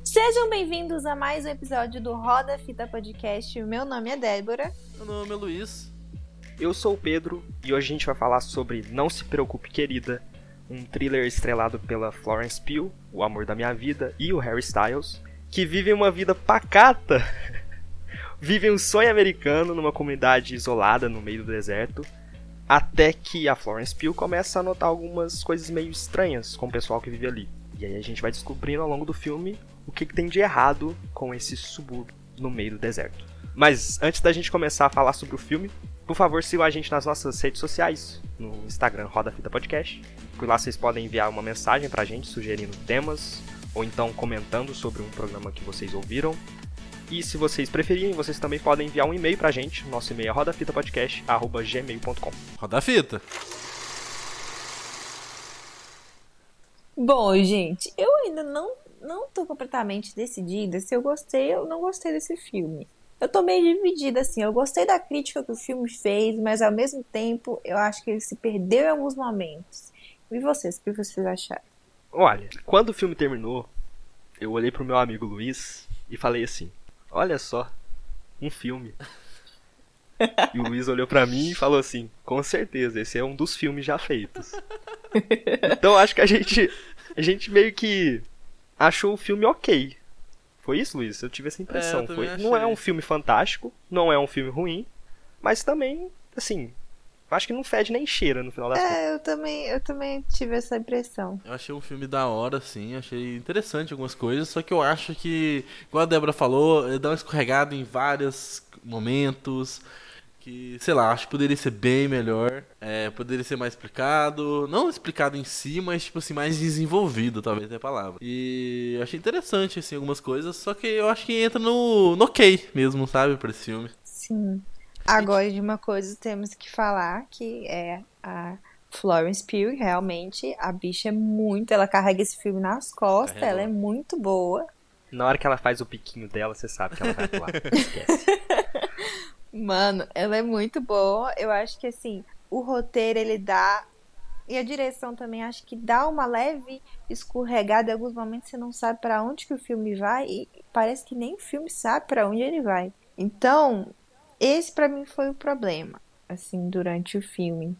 Sejam bem-vindos a mais um episódio do Roda Fita Podcast. O meu nome é Débora. Meu nome é Luiz. Eu sou o Pedro e hoje a gente vai falar sobre Não Se Preocupe Querida, um thriller estrelado pela Florence Pugh, o amor da minha vida, e o Harry Styles, que vivem uma vida pacata, vivem um sonho americano numa comunidade isolada no meio do deserto, até que a Florence Pugh começa a notar algumas coisas meio estranhas com o pessoal que vive ali. E aí a gente vai descobrindo ao longo do filme o que tem de errado com esse subúrbio no meio do deserto. Mas antes da gente começar a falar sobre o filme, por favor, sigam a gente nas nossas redes sociais, no Instagram Roda Fita Podcast. Por lá vocês podem enviar uma mensagem pra gente, sugerindo temas, ou então comentando sobre um programa que vocês ouviram. E se vocês preferirem, vocês também podem enviar um e-mail pra gente. Nosso e-mail é rodafitapodcast@gmail.com. Roda a fita. Bom, gente, eu ainda não tô completamente decidida se eu gostei ou não gostei desse filme. Eu tô meio dividida, assim, eu gostei da crítica que o filme fez, mas ao mesmo tempo eu acho que ele se perdeu em alguns momentos. E vocês, o que vocês acharam? Olha, quando o filme terminou, eu olhei pro meu amigo Luiz e falei assim: olha só, um filme. E o Luiz olhou pra mim e falou assim: com certeza, esse é um dos filmes já feitos. Então acho que a gente meio que achou o filme ok. Foi isso, Luiz? Eu tive essa impressão. Não é um filme fantástico, não é um filme ruim, mas também, assim, acho que não fede nem cheira no final das contas. Eu também tive essa impressão. Eu achei um filme da hora, sim. Achei interessante algumas coisas. Só que eu acho que, igual a Débora falou, ele dá uma escorregada em vários momentos. Que, sei lá, acho que poderia ser bem melhor. Poderia ser mais explicado. Não explicado em si, mas, tipo assim, mais desenvolvido, talvez é a palavra. E achei interessante, assim, algumas coisas. Só que eu acho que entra no ok mesmo, sabe, pra esse filme. Sim. Agora, de uma coisa temos que falar, que é a Florence Pugh, realmente, a bicha é muito... Ela carrega esse filme nas costas, Carregou. ela é muito boa. Na hora que ela faz o piquinho dela, você sabe que ela vai pular. Esquece. Mano, ela é muito boa. Eu acho que, assim, o roteiro, ele dá... E a direção também, acho que dá uma leve escorregada. Em alguns momentos você não sabe pra onde que o filme vai. E parece que nem o filme sabe pra onde ele vai. Então, esse pra mim foi o problema, assim, durante o filme.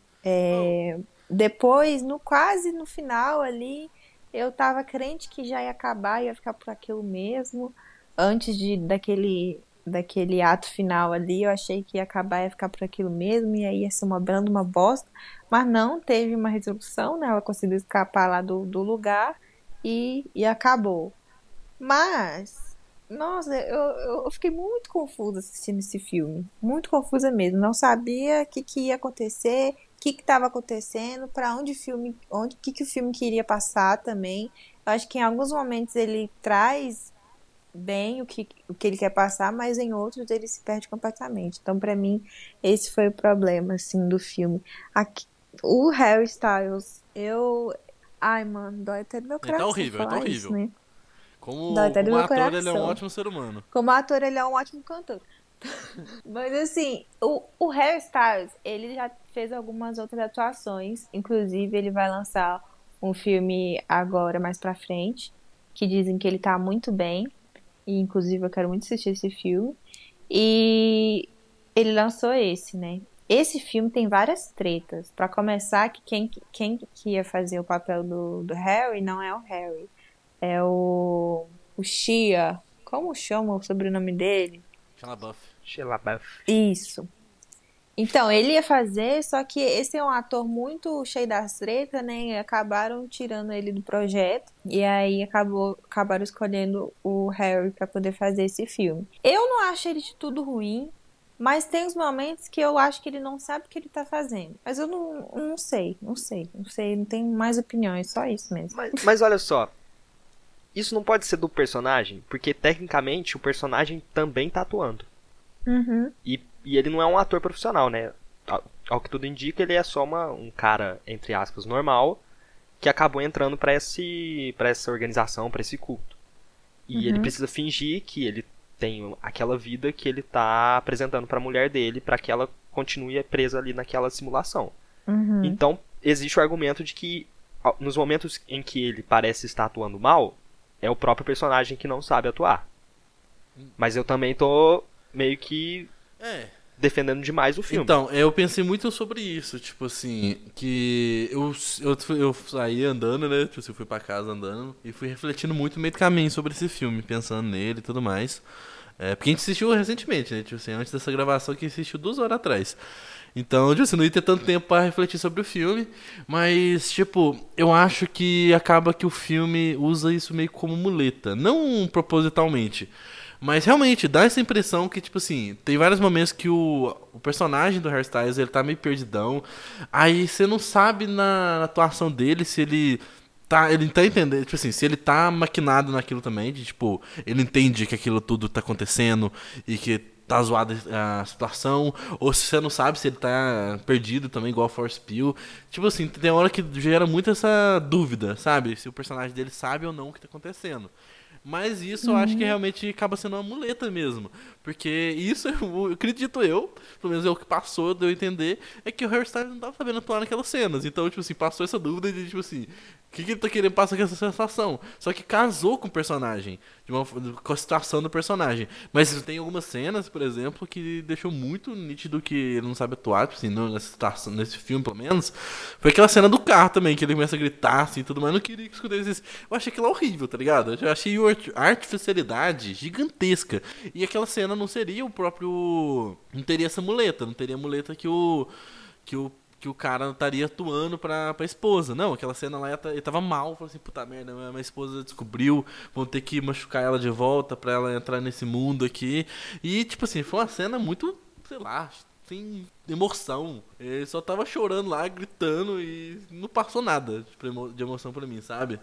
Depois, quase no final ali, eu tava crente que já ia acabar, ia ficar por aquilo mesmo. Antes daquele ato final ali, eu achei que ia acabar, ia ficar por aquilo mesmo, e aí ia ser uma bela uma bosta. Mas não, teve uma resolução, né? Ela conseguiu escapar lá do lugar e acabou. Mas, nossa, eu fiquei muito confusa assistindo esse filme. Muito confusa mesmo. Não sabia o que ia acontecer, o que estava acontecendo, para onde que o filme queria passar também. Eu acho que em alguns momentos ele traz bem o que ele quer passar, mas em outros ele se perde completamente. Então, pra mim, esse foi o problema, assim, do filme. O Harry Styles, ai, mano, dói até do meu coração. Ele tá horrível. Isso, né? Como Dói até do meu ator, coração. ele é um ótimo ser humano. Como ator, ele é um ótimo cantor. Mas, assim, o Harry Styles, ele já fez algumas outras atuações. Inclusive, ele vai lançar um filme agora, mais pra frente, que dizem que ele tá muito bem. E, inclusive, eu quero muito assistir esse filme. E ele lançou esse, né? Esse filme tem várias tretas. Pra começar, que quem que ia fazer o papel do Harry não é o Harry. É o Shia. Como chama o sobrenome dele? Shia LaBeouf. Isso. Então, ele ia fazer, só que esse é um ator muito cheio das tretas, né? E acabaram tirando ele do projeto. E aí acabaram escolhendo o Harry pra poder fazer esse filme. Eu não acho ele de tudo ruim, mas tem uns momentos que eu acho que ele não sabe o que ele tá fazendo. Mas eu não sei, não tenho mais opiniões, só isso mesmo. Mas olha só, isso não pode ser do personagem, porque tecnicamente o personagem também tá atuando. Uhum. E ele não é um ator profissional, né? Ao que tudo indica, ele é só um cara, entre aspas, normal, que acabou entrando pra essa organização, pra esse culto. E ele precisa fingir que ele tem aquela vida que ele tá apresentando pra mulher dele, pra que ela continue presa ali naquela simulação. Então, existe o argumento de que nos momentos em que ele parece estar atuando mal, é o próprio personagem que não sabe atuar. Mas eu também tô meio que defendendo demais o filme. Então, eu pensei muito sobre isso, tipo assim, que eu saí andando, né, tipo assim, eu fui pra casa andando e fui refletindo muito no meio do caminho sobre esse filme, pensando nele e tudo mais. Porque a gente assistiu recentemente, né, tipo assim, antes dessa gravação que assistiu 2 horas atrás. Então, tipo assim, não ia ter tanto tempo pra refletir sobre o filme, mas, tipo, eu acho que acaba que o filme usa isso meio como muleta, não propositalmente. Mas realmente dá essa impressão que, tipo assim, tem vários momentos que o personagem do Hairstyles, ele tá meio perdidão. Aí você não sabe na atuação dele se ele tá entendendo, tipo assim, se ele tá maquinado naquilo também, de tipo, ele entende que aquilo tudo tá acontecendo e que tá zoada a situação, ou se você não sabe se ele tá perdido também, igual a Force Pill. Tipo assim, tem hora que gera muito essa dúvida, sabe? Se o personagem dele sabe ou não o que tá acontecendo. Mas isso eu acho que realmente acaba sendo uma muleta mesmo. Porque isso, eu acredito pelo menos é o que passou de eu entender, é que o Harry Styles não tava sabendo atuar naquelas cenas. Então, tipo assim, passou essa dúvida de, tipo assim, o que ele tá querendo passar com essa sensação? Só que casou com o personagem, com a situação do personagem. Mas tem algumas cenas, por exemplo, que deixou muito nítido que ele não sabe atuar, tipo assim, nessa situação, nesse filme, pelo menos. Foi aquela cena do carro também, que ele começa a gritar, assim, tudo mais. Eu não queria que escutesse isso. Eu achei aquilo horrível, tá ligado? Eu achei a artificialidade gigantesca. E aquela cena não seria o próprio... Não teria essa muleta, não teria a muleta que o cara estaria atuando pra esposa. Não, aquela cena lá ele tava mal. Falou assim, puta merda, minha esposa descobriu, vão ter que machucar ela de volta pra ela entrar nesse mundo aqui. E, tipo assim, foi uma cena muito, sei lá, sem emoção. Ele só tava chorando lá, gritando e não passou nada de emoção pra mim, sabe?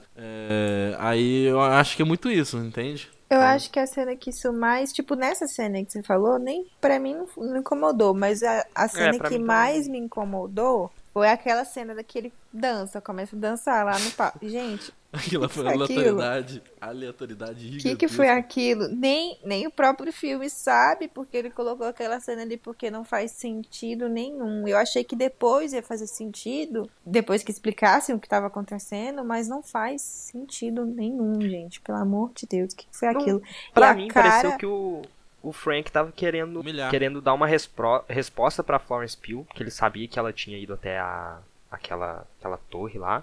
Aí eu acho que é muito isso, entende? Eu acho que a cena que isso mais, tipo, nessa cena que você falou, nem pra mim não incomodou, mas a cena pra que mim mais me incomodou foi aquela cena daquele dança, começa a dançar lá no palco. Gente, Aquela que foi foi uma aquilo? aleatoriedade O gigantesca. que foi aquilo? Nem o próprio filme sabe porque ele colocou aquela cena ali porque não faz sentido nenhum. Eu achei que depois ia fazer sentido, depois que explicassem o que estava acontecendo, mas não faz sentido nenhum, gente. Pelo amor de Deus, o que foi Não, aquilo? E pra a mim, pareceu cara. que o Frank tava Humilhar. querendo dar uma resposta pra Florence Pugh, que ele sabia que ela tinha ido até aquela torre lá.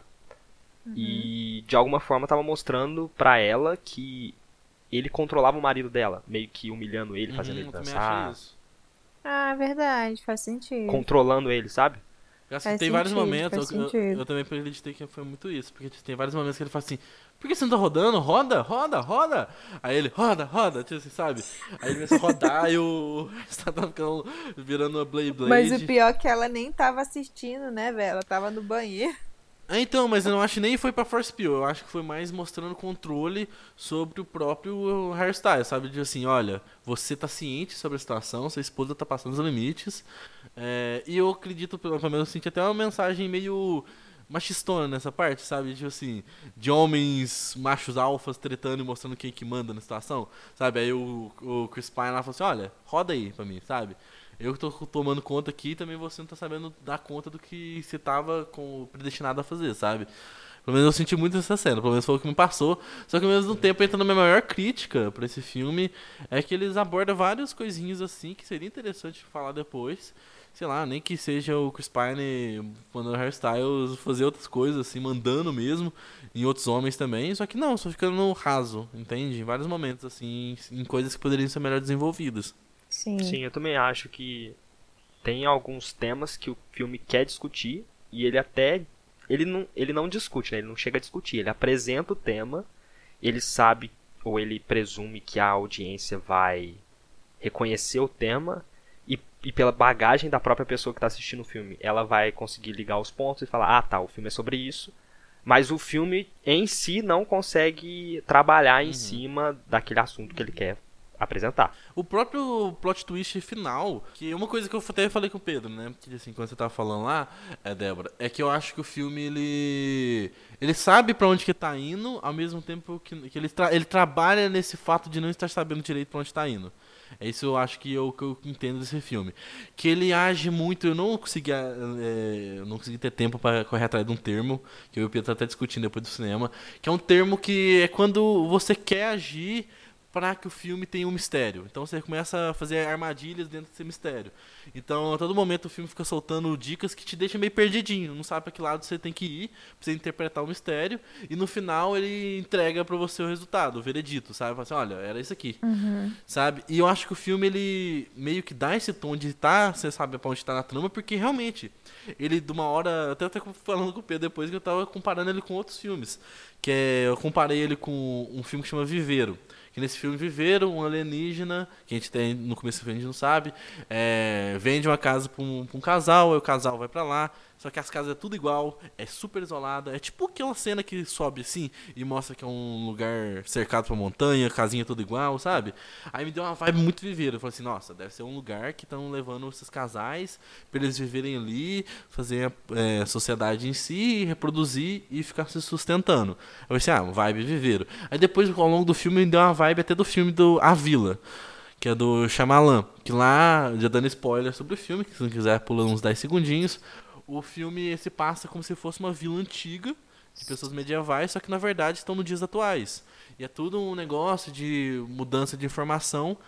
E de alguma forma tava mostrando pra ela que ele controlava o marido dela, meio que humilhando ele, fazendo ele Eu também dançar, achei isso. Ah, verdade, faz sentido. controlando ele, sabe? Eu acho que Faz tem vários sentido, momentos, faz eu sentido. também acreditei que foi muito isso, porque tem vários momentos que ele fala assim, por que você não tá rodando? Roda, roda, roda! Aí ele, roda, roda, tipo assim, sabe? Aí ele começa a rodar e o está ficando virando uma Blade Mas o Blade. pior é que ela nem tava assistindo, né, velho? Ela tava no banheiro. Então, mas eu não acho que nem foi pra Force Pill, eu acho que foi mais mostrando controle sobre o próprio hairstyle, sabe? De assim, olha, você tá ciente sobre a situação, sua esposa tá passando os limites, e eu acredito, pelo menos eu senti até uma mensagem meio machistona nessa parte, sabe? Tipo assim, de homens machos alfas tretando e mostrando quem que manda na situação, sabe? Aí o Chris Pine lá falou assim, olha, roda aí pra mim, sabe? Eu que tô tomando conta aqui, também você não tá sabendo dar conta do que você tava predestinado a fazer, sabe? Pelo menos eu senti muito essa cena, pelo menos foi o que me passou. Só que ao mesmo tempo, entra na minha maior crítica pra esse filme, é que eles abordam várias coisinhas assim que seria interessante falar depois. Sei lá, nem que seja o Chris Pine mandando hairstyles fazer outras coisas, assim, mandando mesmo, em outros homens também. Só que não, só ficando no raso, entende? Em vários momentos, assim, em coisas que poderiam ser melhor desenvolvidas. Sim, eu também acho que tem alguns temas que o filme quer discutir e ele não discute, né? Ele não chega a discutir, ele apresenta o tema, ele sabe ou ele presume que a audiência vai reconhecer o tema e pela bagagem da própria pessoa que está assistindo o filme, ela vai conseguir ligar os pontos e falar, ah tá, o filme é sobre isso, mas o filme em si não consegue trabalhar em cima daquele assunto que ele quer apresentar. O próprio plot twist final, que é uma coisa que eu até falei com o Pedro, né? Porque assim, quando você tava falando lá, Débora, é que eu acho que o filme, ele sabe pra onde que tá indo, ao mesmo tempo que ele trabalha nesse fato de não estar sabendo direito pra onde tá indo. É isso eu acho que eu entendo desse filme. Que ele age muito, eu não consegui ter tempo para correr atrás de um termo, que eu e o Pedro tá até discutindo depois do cinema, que é um termo que é quando você quer agir para que o filme tenha um mistério. Então você começa a fazer armadilhas dentro desse mistério. Então, a todo momento o filme fica soltando dicas que te deixam meio perdidinho, não sabe para que lado você tem que ir, pra você interpretar o mistério, e no final ele entrega para você o resultado, o veredito, sabe? Fala assim, olha, era isso aqui. Sabe? E eu acho que o filme ele meio que dá esse tom de você sabe pra onde tá na trama, porque realmente ele de uma hora, até falando com o Pedro depois que eu tava comparando ele com outros filmes, eu comparei ele com um filme que chama Viveiro. Que nesse filme Viveiro, um alienígena, que a gente tem no começo do filme a gente não sabe, vende uma casa pra um casal, aí o casal vai pra lá, só que as casas é tudo igual, é super isolada, é tipo aquela cena que sobe assim e mostra que é um lugar cercado por montanha, casinha tudo igual, sabe? Aí me deu uma vibe muito Viveiro, eu falei assim, nossa, deve ser um lugar que estão levando esses casais pra eles viverem ali, fazer a sociedade em si, reproduzir e ficar se sustentando. Eu falei assim, vibe Viveiro. Aí depois, ao longo do filme, me deu uma vibe até do filme do A Vila, que é do Shyamalan, que lá, já dando spoiler sobre o filme, que se não quiser pular uns 10 segundinhos, o filme se passa como se fosse uma vila antiga, de pessoas medievais, só que na verdade estão nos dias atuais. E é tudo um negócio de mudança de informação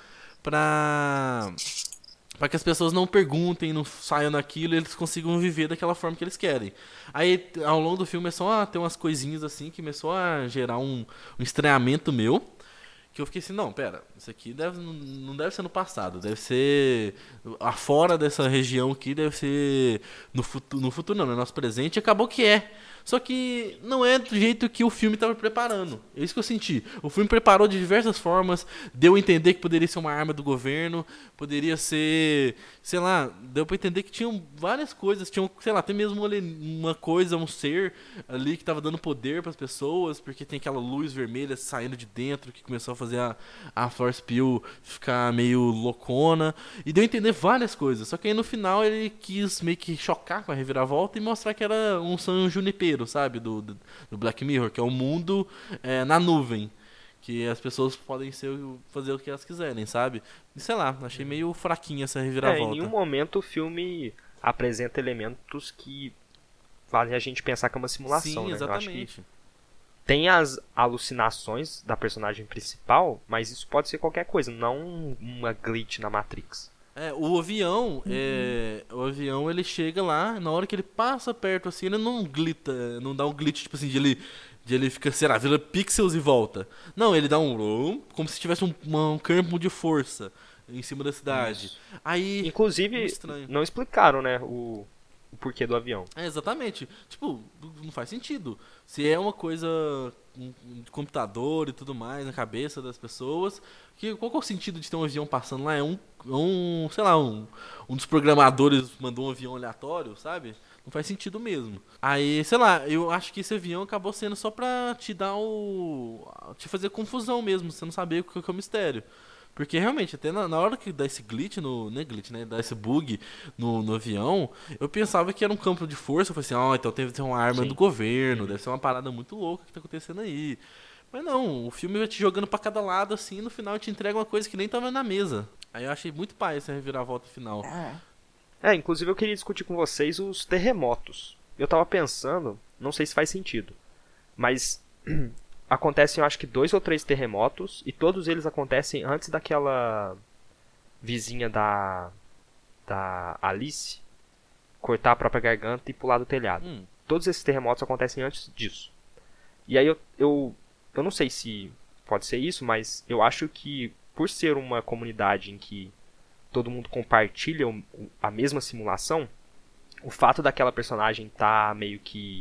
para que as pessoas não perguntem, não saiam daquilo e eles consigam viver daquela forma que eles querem. Aí, ao longo do filme, é só ter umas coisinhas assim que começou a gerar um estranhamento meu. Que eu fiquei assim, não, pera, isso aqui não deve ser no passado, deve ser afora dessa região aqui, deve ser no futuro não, no nosso presente, e acabou que é. Só que não é do jeito que o filme estava preparando. É isso que eu senti. O filme preparou de diversas formas, deu a entender que poderia ser uma arma do governo, poderia ser, sei lá, deu pra entender que tinham várias coisas, tinham, sei lá, até mesmo uma coisa, um ser ali que estava dando poder para as pessoas, porque tem aquela luz vermelha saindo de dentro que começou a fazer a Florence Pugh ficar meio loucona, e deu a entender várias coisas. Só que aí no final ele quis meio que chocar com a reviravolta e mostrar que era um San Junipero, sabe, do Black Mirror, que é um mundo na nuvem, que as pessoas podem fazer o que elas quiserem, sabe? E sei lá, achei meio fraquinha essa reviravolta. Em nenhum momento o filme apresenta elementos que fazem a gente pensar que é uma simulação. Sim, né? exatamente. Eu acho que tem as alucinações da personagem principal, mas isso pode ser qualquer coisa, não uma glitch na Matrix. O avião, o avião ele chega lá, na hora que ele passa perto assim, ele não glita, não dá um glitch tipo assim de ele fica, sei lá, vira pixels e volta. Não, ele dá como se tivesse um campo de força em cima da cidade. Isso. Aí, inclusive, não explicaram, né, o porquê do avião. Exatamente. Tipo, não faz sentido. Se é uma coisa de computador e tudo mais na cabeça das pessoas, qual que é o sentido de ter um avião passando lá? Sei lá, um dos programadores mandou um avião aleatório, sabe? Não faz sentido mesmo. Aí, sei lá, eu acho que esse avião acabou sendo só pra te dar te fazer confusão mesmo, você não saber o que é o mistério. Porque realmente, até na hora que dá esse glitch, né, dá esse bug no avião, eu pensava que era um campo de força. Eu falei assim, então deve ter uma arma do governo, deve ser uma parada muito louca que tá acontecendo aí. Mas não, o filme vai te jogando pra cada lado assim, e no final te entrega uma coisa que nem tava na mesa. Aí eu achei muito pai essa reviravolta final. Inclusive eu queria discutir com vocês os terremotos. Eu tava pensando, não sei se faz sentido, mas acontecem, eu acho que 2 ou 3 terremotos, e todos eles acontecem antes daquela vizinha da Alice cortar a própria garganta e pular do telhado. Todos esses terremotos acontecem antes disso. E aí eu não sei se pode ser isso, mas eu acho que por ser uma comunidade em que todo mundo compartilha a mesma simulação, o fato daquela personagem estar meio que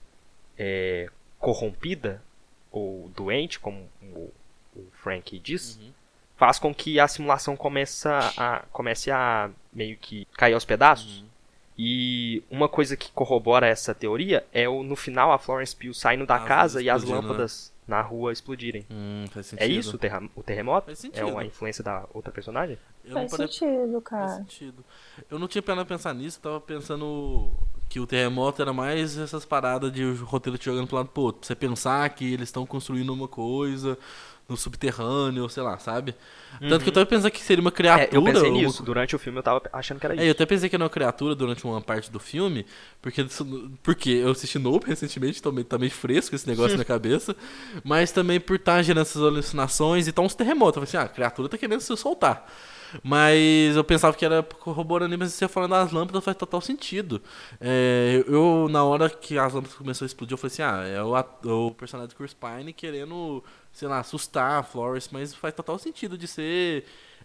corrompida ou doente, como o Frank diz, faz com que a simulação comece a meio que cair aos pedaços. E uma coisa que corrobora essa teoria é no final a Florence Pugh saindo da casa e as lâmpadas na rua explodirem. Faz sentido. É isso o terremoto? Faz sentido. É a influência da outra personagem? Faz sentido, cara. Faz sentido. Eu não tinha pensado nisso, eu tava pensando Que o terremoto era mais essas paradas de o roteiro te jogando pro lado pro outro. Pra você pensar que eles estão construindo uma coisa no subterrâneo, sei lá, sabe? Tanto que eu tava pensando que seria uma criatura. Eu pensei nisso. Durante o filme eu tava achando que era isso. Eu até pensei que era uma criatura durante uma parte do filme, porque eu assisti Nope recentemente, tá meio fresco esse negócio na cabeça, mas também por estar gerando essas alucinações e tá uns terremotos. Eu falei assim, a criatura tá querendo se soltar. Mas eu pensava que era corroborando, mas você falando das lâmpadas faz total sentido. Na hora que as lâmpadas começaram a explodir, eu falei assim, é o personagem do Chris Pine querendo, sei lá, assustar a Florence, mas faz total sentido de ser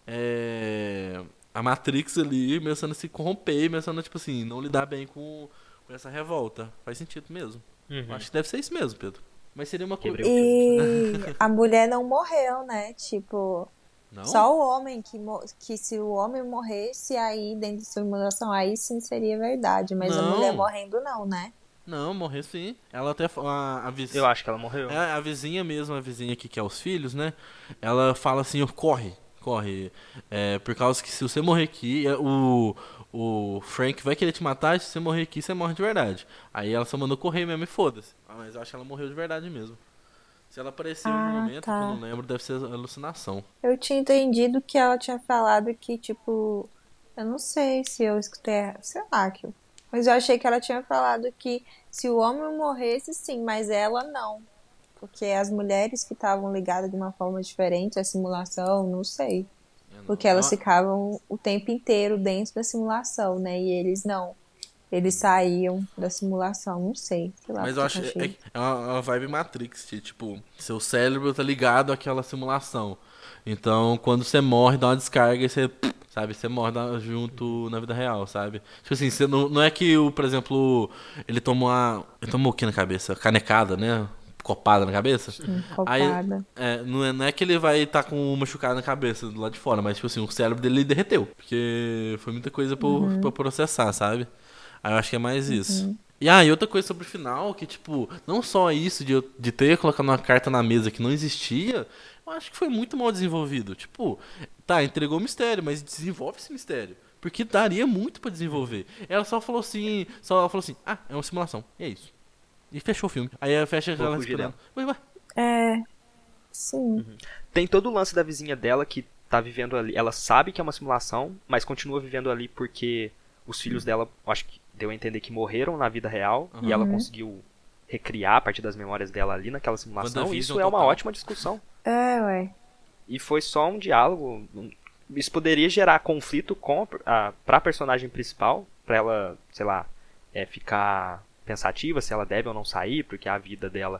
a Matrix ali, começando a se corromper, começando a, tipo assim, não lidar bem com essa revolta. Faz sentido mesmo. Acho que deve ser isso mesmo, Pedro. Mas seria uma coisa... E a mulher não morreu, né? Tipo... Não? Só o homem que se o homem morresse aí dentro de simulação, aí sim seria verdade. Mas Não. a mulher morrendo não, né? Não, morreu sim. Ela até a vizinha. Eu acho que ela morreu. A vizinha mesmo, a vizinha aqui que é os filhos, né? Ela fala assim, corre. Por causa que se você morrer aqui, o Frank vai querer te matar, e se você morrer aqui, você morre de verdade. Aí ela só mandou correr mesmo e foda-se. Mas eu acho que ela morreu de verdade mesmo. Se ela aparecer em algum momento, tá. que eu não lembro, deve ser alucinação. Eu tinha entendido que ela tinha falado que, tipo... Eu não sei se eu escutei... Sei lá, mas eu achei que ela tinha falado que se o homem morresse, sim, mas ela não. Porque as mulheres que estavam ligadas de uma forma diferente à simulação, não sei. Porque elas ficavam o tempo inteiro dentro da simulação, né? E eles não. Eles saíam da simulação, não sei. Lá, mas eu acho que é uma vibe Matrix, tipo, seu cérebro tá ligado àquela simulação. Então, quando você morre, dá uma descarga e você, sabe, você morre junto na vida real, sabe? Tipo assim, você não é que, por exemplo, ele tomou o que na cabeça? Canecada, né? Copada na cabeça. Copada. Aí, não é que ele vai estar com uma machucada na cabeça do lado de fora, mas tipo assim, o cérebro dele derreteu. Porque foi muita coisa pra processar, sabe? Aí eu acho que é mais isso. E outra coisa sobre o final, que tipo, não só isso de ter colocado uma carta na mesa que não existia, eu acho que foi muito mal desenvolvido. Tipo, entregou o mistério, mas desenvolve esse mistério. Porque daria muito pra desenvolver. Ela só falou assim, é uma simulação, e é isso. E fechou o filme. Aí ela fecha ela esperando. Sim. Tem todo o lance da vizinha dela que tá vivendo ali. Ela sabe que é uma simulação, mas continua vivendo ali porque os filhos dela, acho que deu a entender que morreram na vida real. E ela conseguiu recriar a partir das memórias dela ali naquela simulação. E isso é uma ótima discussão. Ué. E foi só um diálogo. Isso poderia gerar conflito pra personagem principal, pra ela, sei lá, ficar pensativa se ela deve ou não sair, porque a vida dela,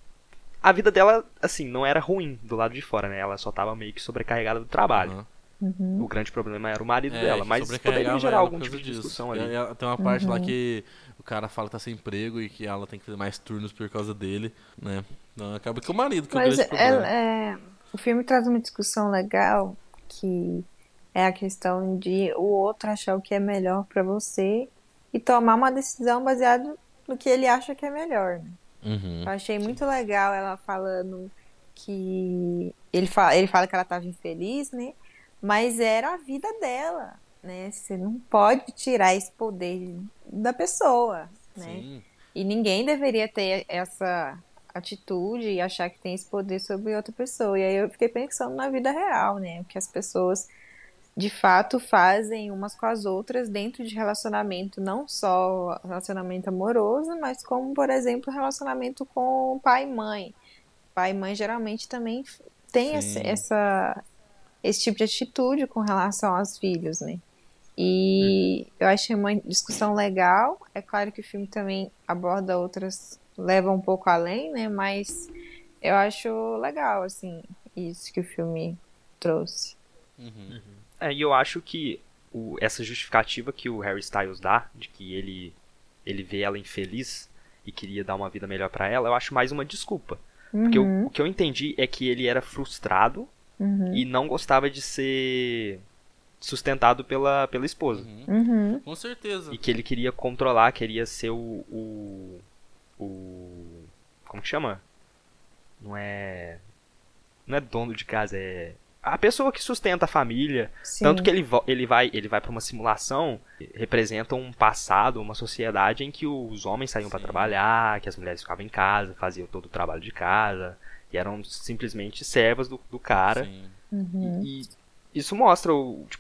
assim, não era ruim do lado de fora, né? Ela só tava meio que sobrecarregada do trabalho. O grande problema era o marido dela, mas poderia gerar algum tipo de discussão ali. Tem uma parte lá que o cara fala que tá sem emprego e que ela tem que fazer mais turnos por causa dele, né? Então, acaba que o marido que é o grande problema. O filme traz uma discussão legal, que é a questão de o outro achar o que é melhor pra você e tomar uma decisão baseada no que ele acha que é melhor, né? Eu achei muito legal ela falando que... Ele fala que ela estava infeliz, né? Mas era a vida dela, né? Você não pode tirar esse poder da pessoa, né? Sim. E ninguém deveria ter essa atitude e achar que tem esse poder sobre outra pessoa. E aí eu fiquei pensando na vida real, né? O que as pessoas de fato fazem umas com as outras dentro de relacionamento, não só relacionamento amoroso, mas como, por exemplo, relacionamento com pai e mãe. Pai e mãe geralmente também tem esse tipo de atitude com relação aos filhos, né? E eu achei uma discussão legal. É claro que o filme também aborda outras, leva um pouco além, né? Mas eu acho legal, assim, isso que o filme trouxe. E eu acho que essa justificativa que o Harry Styles dá, de que ele vê ela infeliz e queria dar uma vida melhor pra ela, eu acho mais uma desculpa. Porque o que eu entendi é que ele era frustrado e não gostava de ser sustentado pela esposa. Com certeza. E que ele queria controlar, queria ser como que chama? Não é dono de casa, é a pessoa que sustenta a família. Sim. Tanto que ele vai para uma simulação, representa um passado, uma sociedade em que os homens saíam para trabalhar, que as mulheres ficavam em casa, faziam todo o trabalho de casa, e eram simplesmente servas do cara. Sim. E isso mostra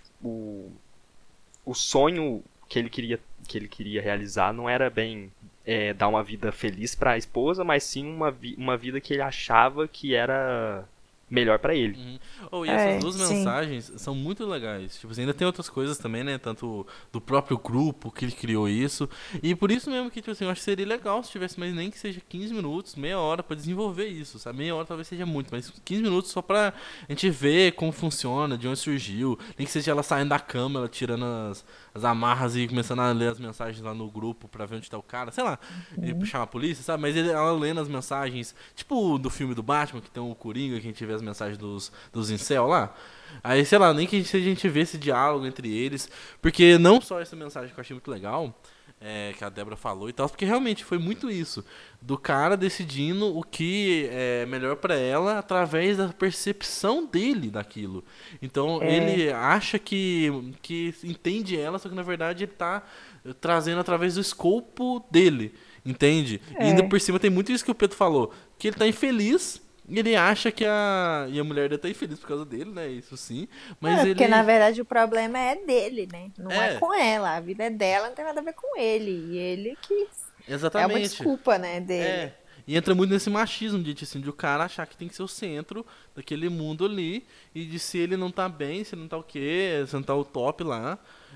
o sonho que ele queria realizar não era bem dar uma vida feliz para a esposa, mas sim uma vida que ele achava que era melhor para ele. E essas duas sim. mensagens são muito legais. Tipo assim, ainda tem outras coisas também, né? Tanto do próprio grupo que ele criou isso. E por isso mesmo que, tipo assim, eu acho que seria legal se tivesse mais nem que seja 15 minutos, meia hora pra desenvolver isso, sabe? Meia hora talvez seja muito, mas 15 minutos só pra gente ver como funciona, de onde surgiu. Nem que seja ela saindo da cama, ela tirando as amarras e começando a ler as mensagens lá no grupo pra ver onde tá o cara, sei lá, e chamar a polícia, sabe? Mas ela lendo as mensagens, tipo do filme do Batman, que tem o Coringa, que a gente vê as mensagens dos incel lá. Aí, sei lá, nem que a gente vê esse diálogo entre eles, porque não só essa mensagem que eu achei muito legal, que a Débora falou e tal, porque realmente foi muito isso, do cara decidindo o que é melhor pra ela através da percepção dele daquilo. Então ele acha que entende ela, só que na verdade ele tá trazendo através do escopo dele, entende? E ainda por cima tem muito isso que o Pedro falou, que ele tá infeliz. E ele acha que e a mulher deve estar infeliz por causa dele, né? Isso sim. Mas ele... Porque na verdade o problema é dele, né? Não é com ela. A vida é dela, não tem nada a ver com ele. E ele que Exatamente. é uma desculpa, né, dele. E entra muito nesse machismo de o cara achar que tem que ser o centro daquele mundo ali. E de se ele não tá bem, se não tá o quê, se não tá o top lá,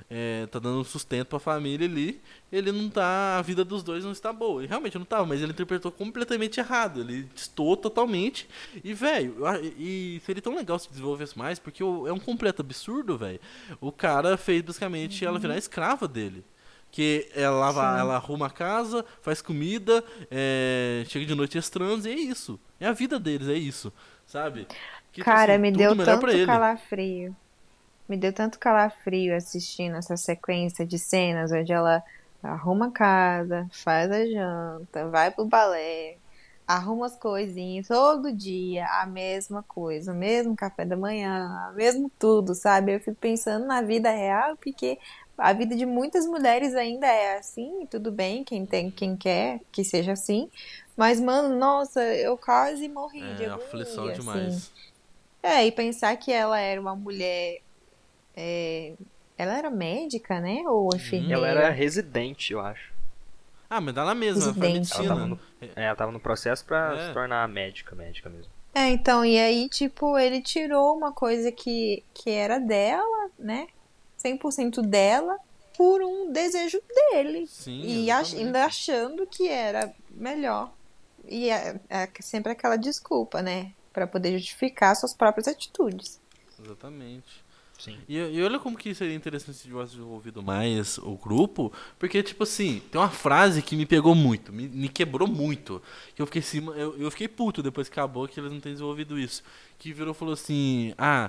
tá dando sustento pra família ali, ele não tá. A vida dos dois não está boa. E realmente não tava, mas ele interpretou completamente errado. Ele distorceu totalmente. E, velho, e seria tão legal se desenvolvesse mais, porque é um completo absurdo, velho. O cara fez basicamente ela virar escrava dele. Que ela arruma a casa, faz comida, chega de noite estrans, e é isso. É a vida deles, é isso. Sabe? Que, Cara, assim, me tudo deu melhor pra tanto ele. calafrio. Me deu tanto calafrio assistindo essa sequência de cenas onde ela arruma a casa, faz a janta, vai pro balé, arruma as coisinhas, todo dia a mesma coisa, o mesmo café da manhã, o mesmo tudo, sabe? Eu fico pensando na vida real, porque a vida de muitas mulheres ainda é assim, e tudo bem, quem quer que seja assim, mas, mano, nossa, eu quase morri de Aflição agonia, assim. demais. E pensar que ela era uma mulher. Ela era médica, né? Ou Ela era enfermeira? residente, eu acho. Ah, mas dá lá mesmo, ela faz Residente, medicina. né? Ela tava no processo pra se É, tornar médica mesmo. Então, e aí, tipo, ele tirou uma coisa que era dela, né? 100% dela, por um desejo dele. sim, E ainda exatamente. achando que era melhor. E é sempre aquela desculpa, né? Pra poder justificar suas próprias atitudes. Exatamente. Sim. E olha como que seria interessante se tivesse desenvolvido mais o grupo, porque, tipo assim, tem uma frase que me pegou muito, me quebrou muito, que eu fiquei assim, eu fiquei puto depois que acabou, que eles não têm desenvolvido isso, que virou e falou assim,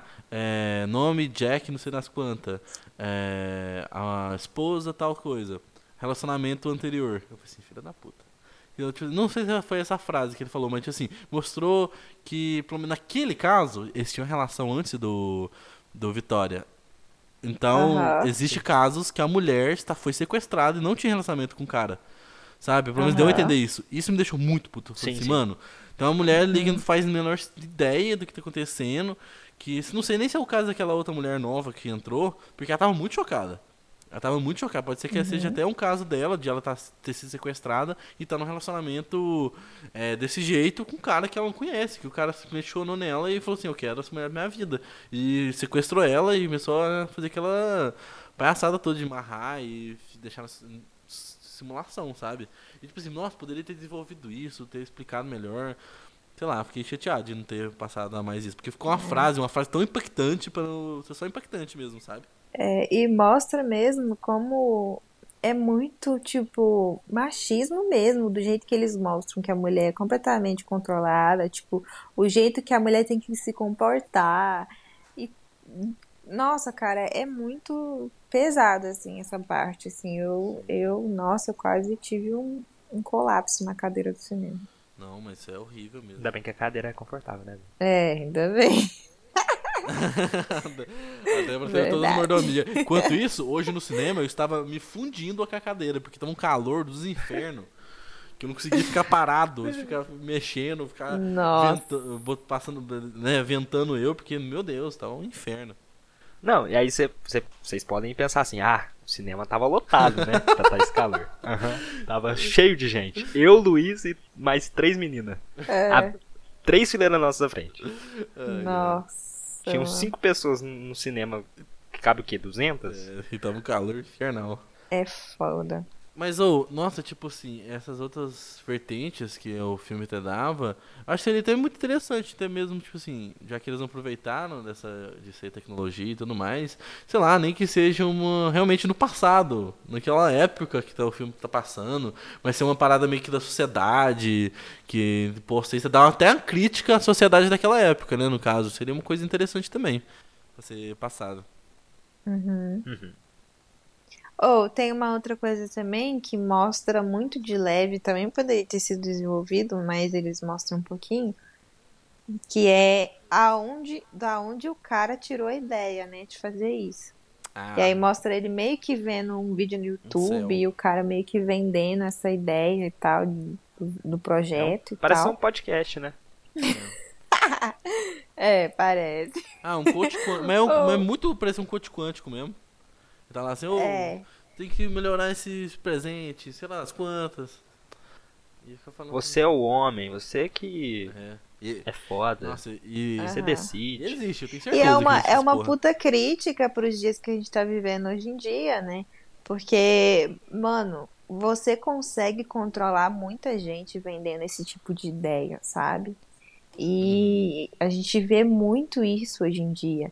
nome Jack não sei das quantas, a esposa tal coisa, relacionamento anterior. Eu falei assim, filha da puta. Eu, tipo, não sei se foi essa frase que ele falou, mas tipo assim, mostrou que, pelo menos naquele caso, eles tinham relação antes do Vitória. Então, Aham, existe casos que a mulher foi sequestrada e não tinha relacionamento com o cara. Sabe? Pelo menos deu a aham. entender isso. Isso me deixou muito puto. Eu falei Sim, assim, sim. mano. Então a mulher liga, não faz a menor ideia do que tá acontecendo. Que não sei nem se é o caso daquela outra mulher nova que entrou, porque ela tava muito chocada. Ela tava muito chocada. Pode ser que seja até um caso dela, de ela ter sido sequestrada e tá num relacionamento desse jeito com um cara que ela não conhece. Que o cara simplesmente chonou nela e falou assim: eu quero essa mulher da minha vida. E sequestrou ela e começou a fazer aquela palhaçada toda de amarrar e deixar na simulação, sabe? E tipo assim, nossa, poderia ter desenvolvido isso, ter explicado melhor. Sei lá, fiquei chateado de não ter passado a mais isso. Porque ficou uma frase tão impactante para ser só impactante mesmo, sabe? E mostra mesmo como é muito, tipo, machismo mesmo, do jeito que eles mostram que a mulher é completamente controlada, tipo, o jeito que a mulher tem que se comportar. E, nossa, cara, é muito pesado, assim, essa parte, assim. Nossa, eu quase tive um colapso na cadeira do cinema. Não, mas isso é horrível mesmo. Ainda bem que a cadeira é confortável, né? Ainda bem. A Débora teve toda as mordomias. Enquanto isso, hoje no cinema eu estava me fundindo com a cadeira, porque tava um calor dos infernos. Que eu não conseguia ficar parado, ficar mexendo, ficar passando, né, ventando eu, porque, meu Deus, tava um inferno. Não, e aí vocês podem pensar assim, o cinema tava lotado, né? Pra tá esse calor. Tava cheio de gente. Eu, Luiz e mais 3 meninas. 3 fileiras nossas à frente. Nossa. Tinham 5 pessoas no cinema, que cabe o quê? 200? E tava um calor infernal. É foda. Mas, nossa, tipo assim, essas outras vertentes que o filme até dava, acho que seria até muito interessante, até mesmo, tipo assim, já que eles não aproveitaram de ser tecnologia e tudo mais, sei lá, nem que seja realmente no passado, naquela época que o filme tá passando, mas ser uma parada meio que da sociedade, que, pô, você dá até uma crítica à sociedade daquela época, né, no caso, seria uma coisa interessante também, pra ser passado. Tem uma outra coisa também que mostra muito de leve, também poderia ter sido desenvolvido, mas eles mostram um pouquinho, que é da onde o cara tirou a ideia, né, de fazer isso. E aí mostra ele meio que vendo um vídeo no YouTube e o cara meio que vendendo essa ideia e tal, do projeto e parece tal. um podcast, né? Parece. Um coach quântico, mas é muito, parece um coach quântico mesmo. Tá lá assim, tem que melhorar esses presentes, sei lá, as quantas. E fica falando você é o homem, você que é foda. Nossa, você decide. E existe, eu tenho certeza. E é uma puta crítica pros dias que a gente tá vivendo hoje em dia, né? Porque, mano, você consegue controlar muita gente vendendo esse tipo de ideia, sabe? E a gente vê muito isso hoje em dia.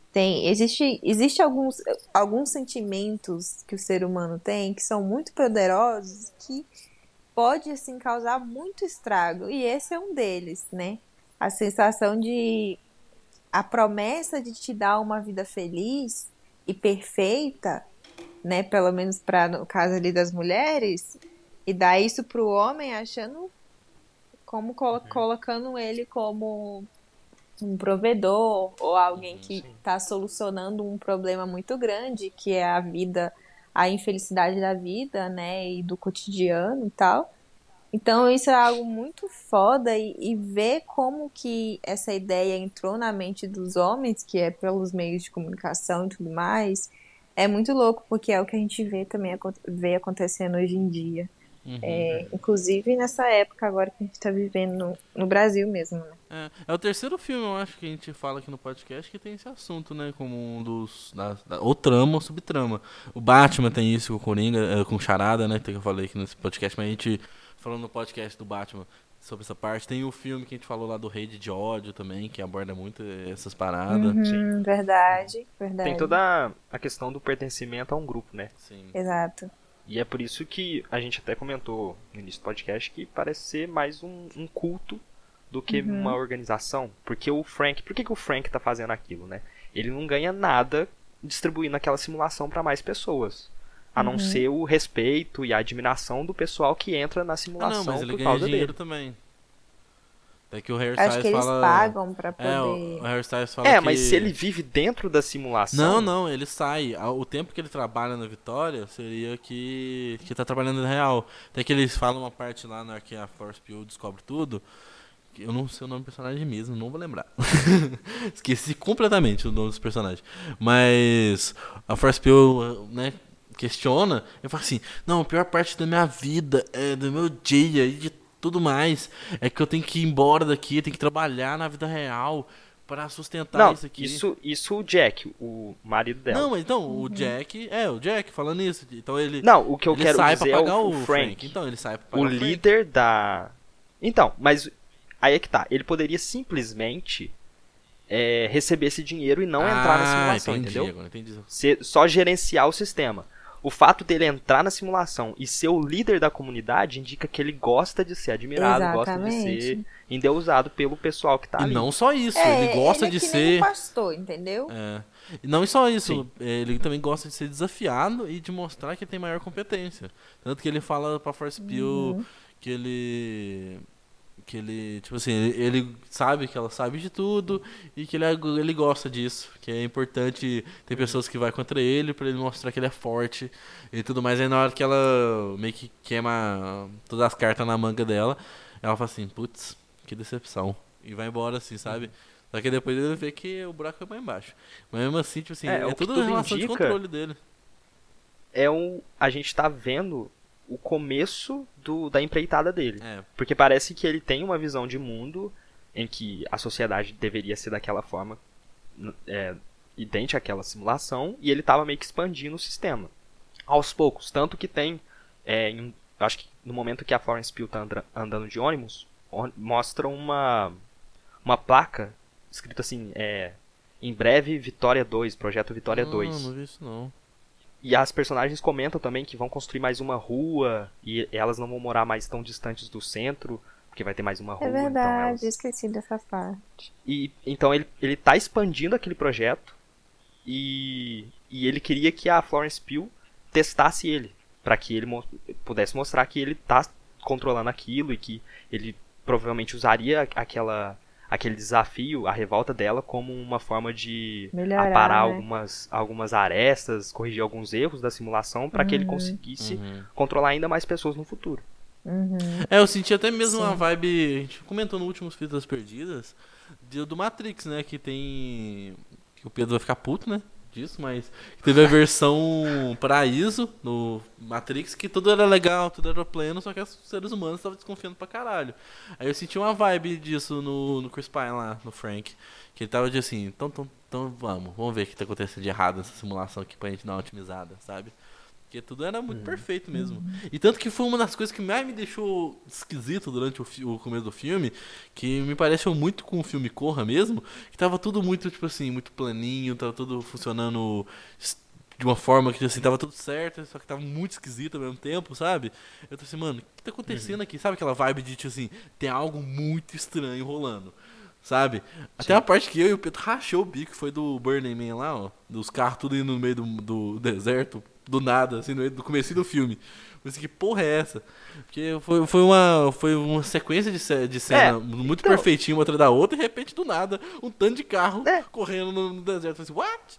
Existe alguns sentimentos que o ser humano tem que são muito poderosos, que pode assim causar muito estrago, e esse é um deles, né? A sensação a promessa de te dar uma vida feliz e perfeita, né? Pelo menos no caso ali das mulheres, e dar isso pro homem achando colocando ele como um provedor ou alguém que está solucionando um problema muito grande, que é a infelicidade da vida, né, e do cotidiano e tal. Então isso é algo muito foda, e ver como que essa ideia entrou na mente dos homens, que é pelos meios de comunicação e tudo mais, é muito louco, porque é o que a gente vê acontecendo hoje em dia. Inclusive nessa época agora que a gente tá vivendo no Brasil mesmo, né? É o terceiro filme, eu acho, que a gente fala aqui no podcast que tem esse assunto, né? Como um dos... ou trama ou subtrama. O Batman tem isso com o Coringa, com o Charada, né? Que eu falei aqui nesse podcast, mas a gente falando no podcast do Batman sobre essa parte. Tem o filme que a gente falou lá do Rede de Ódio também, que aborda muito essas paradas. Verdade. Tem toda a questão do pertencimento a um grupo, né? Sim. Exato. E é por isso que a gente até comentou no início do podcast que parece ser mais um culto do que uma organização. Porque por que o Frank tá fazendo aquilo, né? Ele não ganha nada distribuindo aquela simulação para mais pessoas. A não ser o respeito e a admiração do pessoal que entra na simulação mas ele por ganha causa dinheiro dele. também. É que o Harry Acho que Styles eles pagam pra poder... o Harry Styles fala mas se ele vive dentro da simulação... Não, ele sai. O tempo que ele trabalha na Vitória seria que tá trabalhando na real. Até que eles falam uma parte lá na que a Florence Pugh descobre tudo. Eu não sei o nome do personagem mesmo, não vou lembrar. Esqueci completamente o nome dos personagens. Mas a Florence Pugh, né, questiona. Eu falo assim, não, a pior parte da minha vida, do meu dia e de tudo mais, é que eu tenho que ir embora daqui, tenho que trabalhar na vida real para sustentar isso aqui. Isso o Jack, o marido dela. Não, mas então, o Jack falando isso. Então ele o que eu quero sai dizer pra pagar é o Frank. Então ele sai pra pagar o líder da... Então, mas aí é que tá, ele poderia simplesmente receber esse dinheiro e não entrar na simulação, entendeu? Agora entendi. Só gerenciar o sistema. O fato dele entrar na simulação e ser o líder da comunidade indica que ele gosta de ser admirado, gosta de ser endeusado pelo pessoal que tá ali. E não só isso, ele gosta de ser... nem um pastor, entendeu? E não só isso, ele também gosta de ser desafiado e de mostrar que tem maior competência. Tanto que ele fala pra Force Pugh que Que ele, tipo assim, ele sabe que ela sabe de tudo e que ele gosta disso. Que é importante ter pessoas que vai contra ele pra ele mostrar que ele é forte e tudo mais. Aí na hora que ela meio que queima todas as cartas na manga dela, ela fala assim, putz, que decepção. E vai embora assim, sabe? Só que depois ele vê que o buraco foi mais embaixo. Mas mesmo assim, tipo assim, é o que tudo tudo relação de indica controle dele. a gente tá vendo o começo da empreitada dele. É. Porque parece que ele tem uma visão de mundo em que a sociedade deveria ser daquela forma, idêntica àquela simulação, e ele tava meio que expandindo o sistema. Aos poucos. Tanto que tem, acho que no momento que a Florence Pugh tá andando de ônibus, mostra uma placa escrito assim, em breve Vitória 2, Projeto Vitória 2. Não vi isso não. E as personagens comentam também que vão construir mais uma rua e elas não vão morar mais tão distantes do centro, porque vai ter mais uma rua. É verdade, então esqueci dessa parte. E então ele tá expandindo aquele projeto e ele queria que a Florence Pugh testasse ele, para que ele pudesse mostrar que ele tá controlando aquilo e que ele provavelmente usaria aquele desafio, a revolta dela, como uma forma de Melhorar, aparar né? algumas arestas, corrigir alguns erros da simulação para que ele conseguisse controlar ainda mais pessoas no futuro. Eu senti até mesmo Sim. uma vibe, a gente comentou no último Vidas Perdidas, do Matrix, né, que o Pedro vai ficar puto, né, disso, mas teve a versão paraíso no Matrix, que tudo era legal, tudo era pleno, só que os seres humanos estavam desconfiando pra caralho. Aí eu senti uma vibe disso no Chris Pine lá, no Frank, que ele tava de assim, então vamos ver o que tá acontecendo de errado nessa simulação aqui pra gente dar uma otimizada, sabe? Porque tudo era muito perfeito mesmo. E tanto que foi uma das coisas que mais me deixou esquisito durante o começo do filme, que me pareceu muito com o filme Corra mesmo, que tava tudo muito, tipo assim, muito planinho, tava tudo funcionando de uma forma que, assim, tava tudo certo, só que tava muito esquisito ao mesmo tempo, sabe? Eu tô assim, mano, o que tá acontecendo aqui? Sabe aquela vibe de, tipo assim, tem algo muito estranho rolando, sabe? Até a parte que eu e o Pedro rachou o bico, foi do Burning Man lá, ó, dos carros tudo indo no meio do deserto, do nada, assim, no meio do comecinho do filme. Eu pensei, que porra é essa? Porque foi uma sequência de cena muito então, perfeitinha uma atrás da outra, e de repente, do nada, um tanto de carro correndo no deserto. Eu falei assim, what?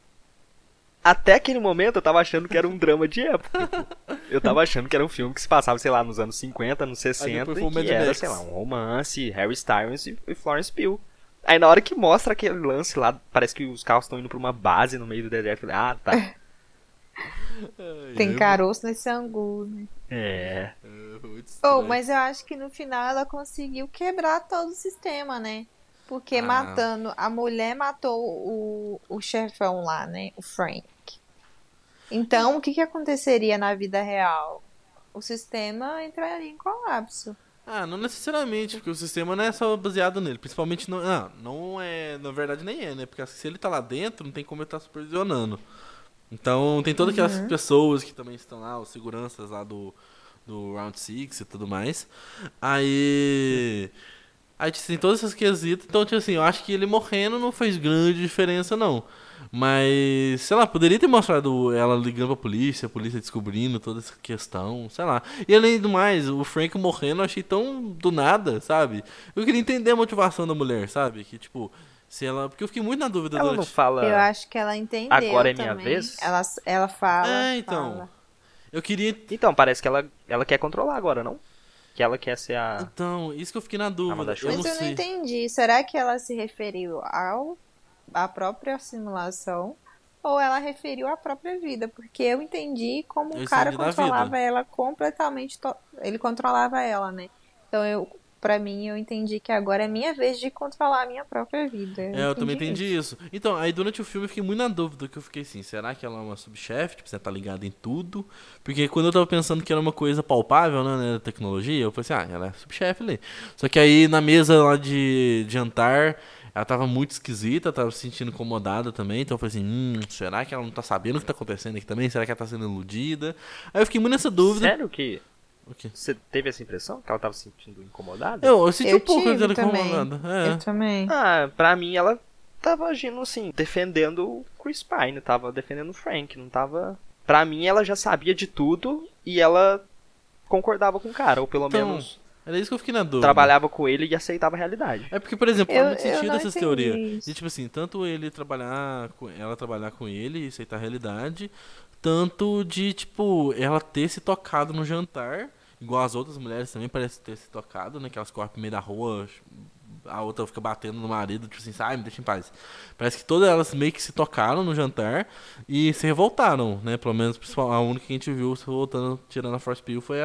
Até aquele momento eu tava achando que era um drama de época. Pô. Eu tava achando que era um filme que se passava, sei lá, nos anos 50, nos 60, depois foi o e Mad que era, Max. sei lá, um romance, Harry Styles e Florence Pugh. Aí na hora que mostra aquele lance lá, parece que os carros estão indo pra uma base no meio do deserto. Eu falei, ah, tá. Tem caroço nesse angu, né? Muito estranho. Mas eu acho que no final ela conseguiu quebrar todo o sistema, né? Porque a mulher matou o chefão lá, né? O Frank. Então, o que aconteceria na vida real? O sistema entraria em colapso. Não necessariamente, porque o sistema não é só baseado nele. Principalmente, não é, na verdade nem é, né? Porque se ele tá lá dentro, não tem como ele estar supervisionando. Então, tem todas aquelas pessoas que também estão lá, os seguranças lá do Round 6 e tudo mais. Aí tem todas essas quesitas. Então, tipo assim, eu acho que ele morrendo não fez grande diferença, não. Mas, sei lá, poderia ter mostrado ela ligando pra polícia, a polícia descobrindo toda essa questão, sei lá. E além do mais, o Frank morrendo eu achei tão do nada, sabe? Eu queria entender a motivação da mulher, sabe? Que, tipo, se ela... Porque eu fiquei muito na dúvida Ela não fala. Eu acho que ela entendeu Agora é também. minha vez? Ela fala. Então. fala. Eu queria... Então, parece que ela quer controlar agora, não? Que ela quer ser a... Então, isso que eu fiquei na dúvida. Amanda-chuva. Eu Mas não eu não sei. entendi. Será que ela se referiu à própria simulação? Ou ela referiu à própria vida? Porque eu entendi como Eu o cara entendi da controlava vida. ela completamente. Ele controlava ela, né? Então, pra mim, eu entendi que agora é minha vez de controlar a minha própria vida. Eu também entendi isso. Então, aí durante o filme eu fiquei muito na dúvida, que eu fiquei assim, será que ela é uma subchefe? Tipo, você tá ligada em tudo? Porque quando eu tava pensando que era uma coisa palpável, né, da tecnologia, eu falei assim, ela é subchefe ali. Só que aí na mesa lá de jantar, ela tava muito esquisita, tava se sentindo incomodada também, então eu falei assim, será que ela não tá sabendo o que tá acontecendo aqui também? Será que ela tá sendo iludida? Aí eu fiquei muito nessa dúvida. Sério que O quê? você teve essa impressão? Que ela tava se sentindo incomodada? Eu senti um pouco tive dela também. incomodada. Eu também. Pra mim ela tava agindo assim, defendendo o Chris Pine, tava defendendo o Frank, não tava... Pra mim ela já sabia de tudo e ela concordava com o cara, ou pelo Então, menos Era isso que eu fiquei na dúvida. trabalhava com ele e aceitava a realidade. É porque, por exemplo, faz muito Eu sentido não essas entendi teorias. isso. De, tipo assim, tanto ela trabalhar com ele e aceitar a realidade, tanto de, tipo, ela ter se tocado no jantar, igual as outras mulheres também parecem ter se tocado, né? Que elas correm no meio da rua, a outra fica batendo no marido, tipo assim, sai, me deixa em paz. Parece que todas elas meio que se tocaram no jantar e se revoltaram, né? Pelo menos a única que a gente viu se revoltando, tirando a Force Pill, foi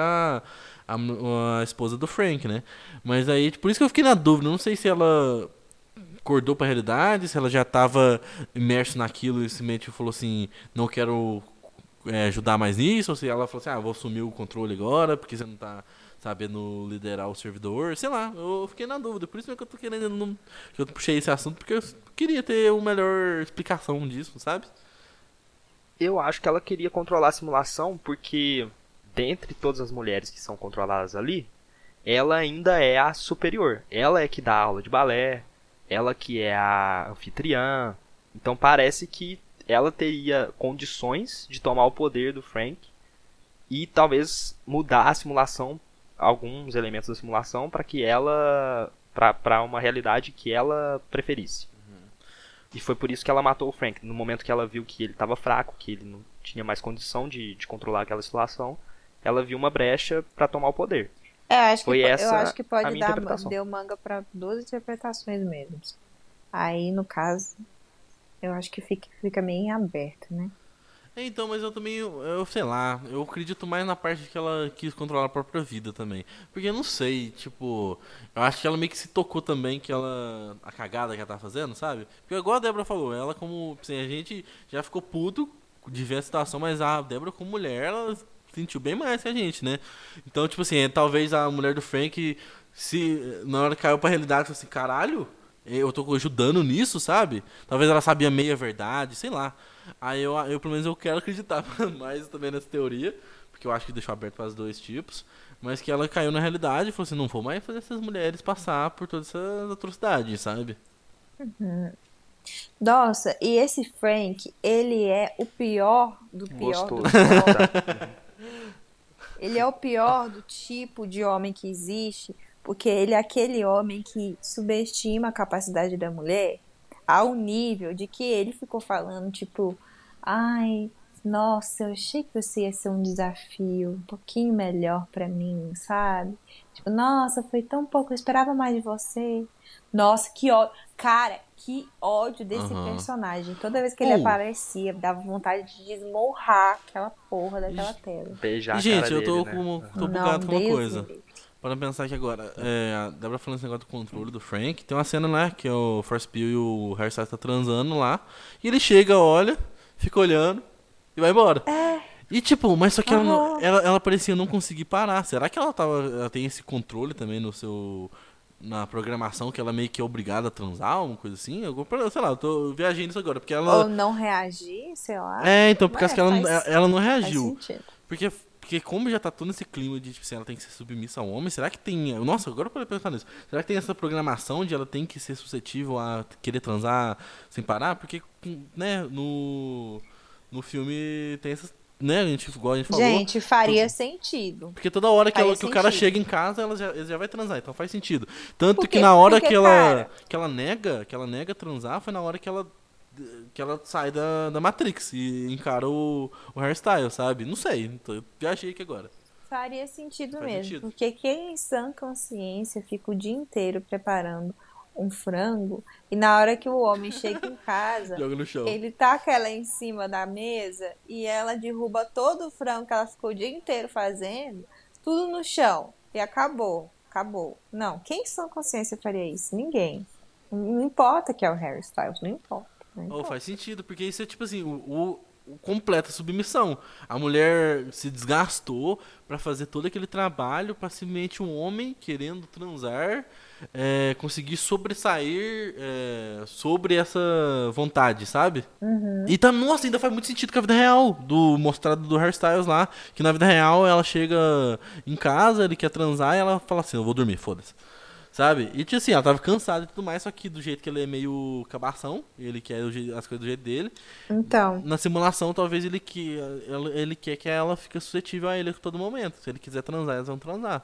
a esposa do Frank, né? Mas aí, por isso que eu fiquei na dúvida, não sei se ela acordou pra realidade, se ela já tava imersa naquilo e simplesmente falou assim, não quero ajudar mais nisso, ou se ela falou assim, vou assumir o controle agora, porque você não tá sabendo liderar o servidor, sei lá, eu fiquei na dúvida, por isso que eu tô querendo, que eu puxei esse assunto, porque eu queria ter uma melhor explicação disso, sabe? Eu acho que ela queria controlar a simulação porque, dentre todas as mulheres que são controladas ali, ela ainda é a superior. Ela é que dá aula de balé, ela que é a anfitriã. Então parece que ela teria condições de tomar o poder do Frank e talvez mudar a simulação, alguns elementos da simulação, para que ela, para uma realidade que ela preferisse. E foi por isso que ela matou o Frank. No momento que ela viu que ele estava fraco, que ele não tinha mais condição de controlar aquela situação, ela viu uma brecha para tomar o poder. Foi Eu essa acho que a pode minha dar, interpretação. deu manga pra duas interpretações mesmo. Aí, no caso, eu acho que fica meio em aberto, né? Então, mas eu também, eu sei lá, eu acredito mais na parte que ela quis controlar a própria vida também. Porque eu não sei, tipo, eu acho que ela meio que se tocou também que a cagada que ela tá fazendo, sabe? Porque igual a Débora falou, ela como, assim, a gente já ficou puto de ver a situação, mas a Débora como mulher, ela sentiu bem mais que a gente, né? Então, tipo assim, talvez a mulher do Frank, se na hora que caiu pra realidade, falou assim, caralho, eu tô ajudando nisso, sabe? Talvez ela sabia meia verdade, sei lá. Aí eu pelo menos eu quero acreditar mais também nessa teoria, porque eu acho que deixou aberto para os dois tipos, mas que ela caiu na realidade e falou assim, não vou mais fazer essas mulheres passar por todas essas atrocidades, sabe? Nossa, e esse Frank, ele é o pior do pior do Gostoso. pior. Tá? Ele é o pior do tipo de homem que existe, porque ele é aquele homem que subestima a capacidade da mulher ao nível de que ele ficou falando, tipo, ai, nossa, eu achei que você ia ser um desafio um pouquinho melhor pra mim, sabe? Tipo, nossa, foi tão pouco, eu esperava mais de você. Nossa, que ódio. Cara, que ódio desse Aham. personagem. Toda vez que ele Ou, aparecia, dava vontade de desmorrar aquela porra daquela tela. Beijar e a cara gente, eu dele, né? tô Não, bugado com uma Deus me coisa. livre. Para pensar que agora, a Débora falando esse negócio do controle do Frank, tem uma cena, né, que o Force Bill e o Harry Styles tá transando lá, e ele chega, olha, fica olhando e vai embora. E tipo, mas só que ela, Aham. ela parecia não conseguir parar. Será que ela tem esse controle também na programação, que ela meio que é obrigada a transar, uma coisa assim? Sei lá, eu tô viajando nisso agora, porque ela... Ou não reagir, sei lá. Então, porque acho que ela não Faz reagiu. sentido. Porque como já tá todo esse clima de, tipo assim, ela tem que ser submissa ao homem, será que tem... Nossa, agora eu parei pensar nisso. Será que tem essa programação de ela tem que ser suscetível a querer transar sem parar? Porque, né, no filme tem essas... Né, igual a gente falou... Gente, faria sentido. Porque toda hora Faria que o cara sentido. chega em casa, ele já vai transar, então faz sentido. Tanto que Porque, na hora porque, cara, que ela nega transar, foi na hora que ela sai da Matrix e encara o hairstyle, sabe? Não sei, então, já achei aqui agora. faria sentido Faz mesmo. sentido. Porque quem em sã consciência fica o dia inteiro preparando um frango e na hora que o homem chega em casa, Joga no chão. ele taca ela em cima da mesa e ela derruba todo o frango que ela ficou o dia inteiro fazendo, tudo no chão. E acabou. Acabou. Não, quem em sã consciência faria isso? Ninguém. Não importa que é o Harry Styles, não importa. Não Oh, importa. faz sentido, porque isso é tipo assim, o completa submissão. A mulher se desgastou pra fazer todo aquele trabalho pra simplesmente um homem querendo transar conseguir sobressair sobre essa vontade, sabe? E tá, nossa, ainda faz muito sentido com a vida real do mostrado do hairstyles lá, que na vida real ela chega em casa, ele quer transar e ela fala assim, eu vou dormir, foda-se. Sabe? E tipo assim, ela tava cansada e tudo mais, só que do jeito que ele é meio cabação, ele quer as coisas do jeito dele. Então, Na simulação, talvez ele quer que ela fique suscetível a ele a todo momento. Se ele quiser transar, elas vão transar.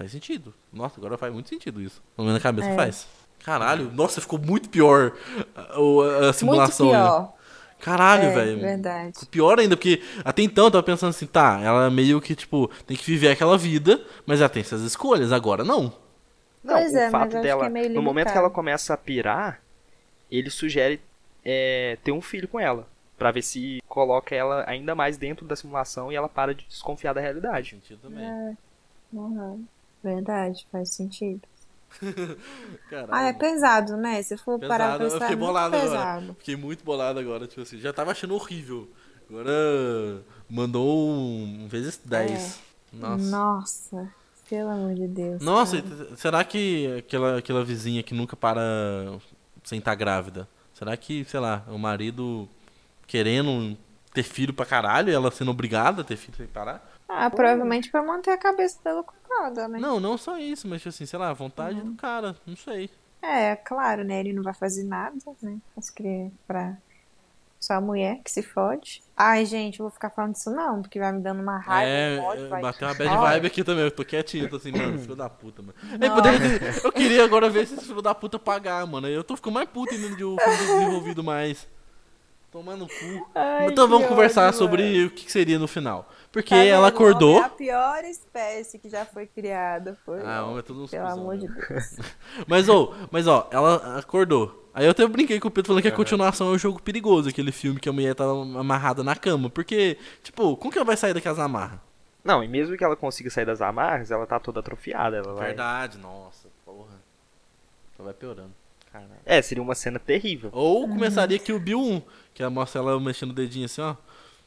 faz sentido. Nossa, agora faz muito sentido isso. Pelo menos na cabeça faz. Caralho, nossa, ficou muito pior a simulação. Muito pior. Caralho, velho. Verdade. Ficou pior ainda, porque até então eu tava pensando assim, tá, ela meio que, tipo, tem que viver aquela vida, mas ela tem essas escolhas, agora não. Não, Pois é, o mas fato acho dela, que é meio no momento que limitado. ela começa a pirar, ele sugere ter um filho com ela. Pra ver se coloca ela ainda mais dentro da simulação e ela para de desconfiar da realidade. Sentido também. Uhum. Verdade, faz sentido. Caralho. É pesado, né? Se for parar Pesado, pra eu pensar, fiquei é muito bolado agora. pesado. Fiquei muito bolado agora, tipo assim, já tava achando horrível. Agora mandou vezes 10. Nossa. Nossa, pelo amor de Deus. Nossa, cara. será que aquela vizinha que nunca para sem estar grávida? Será que, sei lá, o marido querendo ter filho pra caralho e ela sendo obrigada a ter filho sem parar? Provavelmente pra manter a cabeça dela ocupada, né? Não só isso, mas assim, sei lá, a vontade do cara, não sei. Claro, né? Ele não vai fazer nada, né? Pra só a mulher que se fode. Ai, gente, eu vou ficar falando disso não, porque vai me dando uma raiva, um ódio, vai... Bateu uma bad Olha, vibe aqui também, eu tô quietinho, tô assim, mano, filho da puta, mano. Aí, Nossa. eu queria agora ver se esse filho da puta pagar, mano. Aí eu tô ficando mais puto ainda de o filme ter desenvolvido mais. Tomar no cu. Ai, Então vamos que conversar ódio, sobre mano. o que seria no final. Porque Tá ela vendo? O homem acordou. é a pior espécie que já foi criada. Foi, Homem é tudo uns pelo cuzão, amor né? de Deus. Mas ó, ela acordou. Aí eu até brinquei com o Pedro falando que a continuação é um jogo perigoso, aquele filme que a mulher tá amarrada na cama. Porque, tipo, como que ela vai sair daquelas amarras? Não, e mesmo que ela consiga sair das amarras, ela tá toda atrofiada. Ela vai... Verdade, nossa, porra. Só vai piorando. Caralho. Seria uma cena terrível. Ou começaria aqui o Bill 1, que ela mostra ela mexendo o dedinho assim, ó.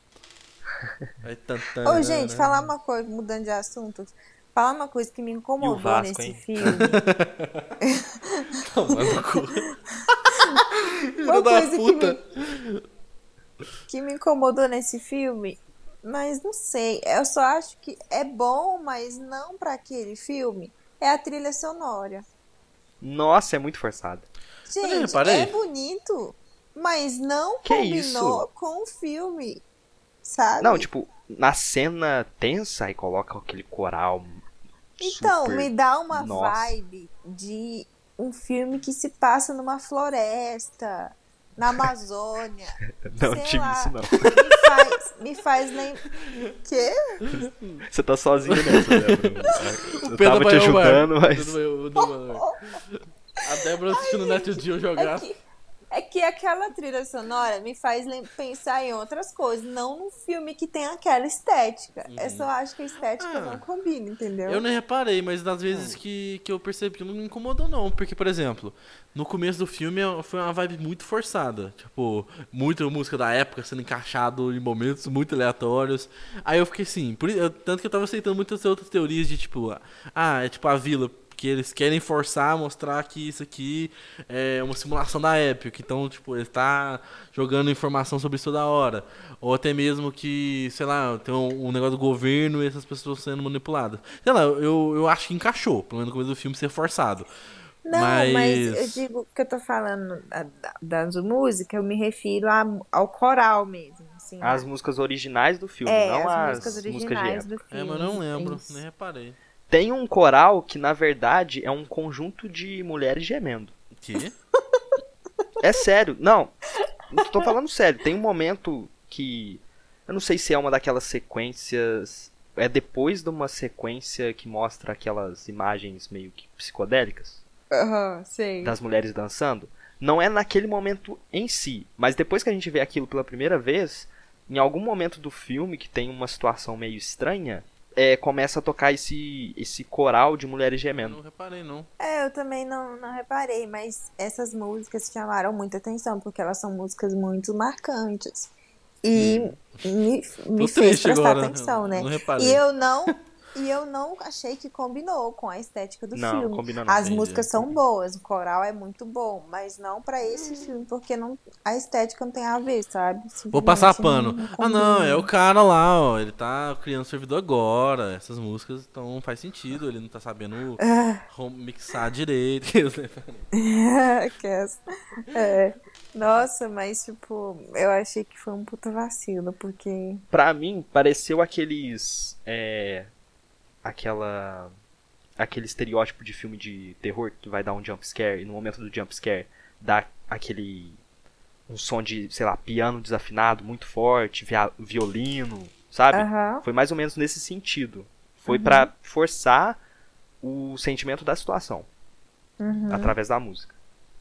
Aí, Ô, gente, falar uma coisa, mudando de assunto. Falar uma coisa que me incomodou Vasco, nesse hein? filme. Toma no cu. Filho Uma da coisa puta. que me incomodou nesse filme, mas não sei. Eu só acho que é bom, mas não pra aquele filme. É a trilha sonora. Nossa, é muito forçado. Gente, reparei. é bonito, mas não Que combinou isso? com o filme, sabe? Não, tipo, na cena tensa e coloca aquele coral. Então, super... me dá uma Nossa. vibe de um filme que se passa numa floresta, na Amazônia. Não sei tive lá, isso, não. Me faz lembrar. Quê? Você tá sozinho nessa, Débora. Eu Pedro tava te vai ao bar. ajudando, mas... Pedro vai ao bar. A Débora assistindo Net Geo jogar. É que aquela trilha sonora me faz pensar em outras coisas, não num filme que tem aquela estética. Eu só acho que a estética não combina, entendeu? Eu nem reparei, mas das vezes que eu percebi que não me incomodou não. Porque, por exemplo, no começo do filme foi uma vibe muito forçada. Tipo, muita música da época sendo encaixado em momentos muito aleatórios. Aí eu fiquei assim, tanto que eu tava aceitando muitas outras teorias de tipo, é tipo a vila. Que eles querem forçar, mostrar que isso aqui é uma simulação da Epic. Então, tipo, ele tá jogando informação sobre isso toda hora. Ou até mesmo que, sei lá, tem um negócio do governo e essas pessoas sendo manipuladas. Sei lá, eu acho que encaixou, pelo menos no começo do filme, ser forçado. Não, mas eu digo que eu tô falando das músicas, eu me refiro ao coral mesmo. Assim, As músicas originais do filme, não as as músicas músicas de originais época. do filme. Mas não lembro, Isso. nem reparei. Tem um coral que, na verdade, é um conjunto de mulheres gemendo. Que? É sério. Não, tô falando sério. Tem um momento que... Eu não sei se é uma daquelas sequências... É depois de uma sequência que mostra aquelas imagens meio que psicodélicas. Sei. Das mulheres dançando. Não é naquele momento em si. Mas depois que a gente vê aquilo pela primeira vez... Em algum momento do filme que tem uma situação meio estranha... começa a tocar esse coral de mulheres gemendo. Não reparei, não. Eu também não reparei, mas essas músicas chamaram muita atenção, porque elas são músicas muito marcantes. E me fez prestar agora, atenção, né? não reparei. E eu não achei que combinou com a estética do Não, filme. combinou não. As Entendi. músicas são boas, o coral é muito bom, mas não pra esse filme, porque a estética não tem a ver, sabe? Vou passar Simplesmente pano. não Ah, não, combina. é o cara lá, ó. Ele tá criando servidor agora. Essas músicas, então faz sentido. Ele não tá sabendo mixar direito. Nossa, mas tipo, eu achei que foi um puta vacilo, porque... Pra mim, pareceu aqueles... aquela aquele estereótipo de filme de terror que vai dar um jump scare e no momento do jump scare dá um som de, sei lá, piano desafinado muito forte, violino, sabe? Foi mais ou menos nesse sentido. Foi pra forçar o sentimento da situação através da música.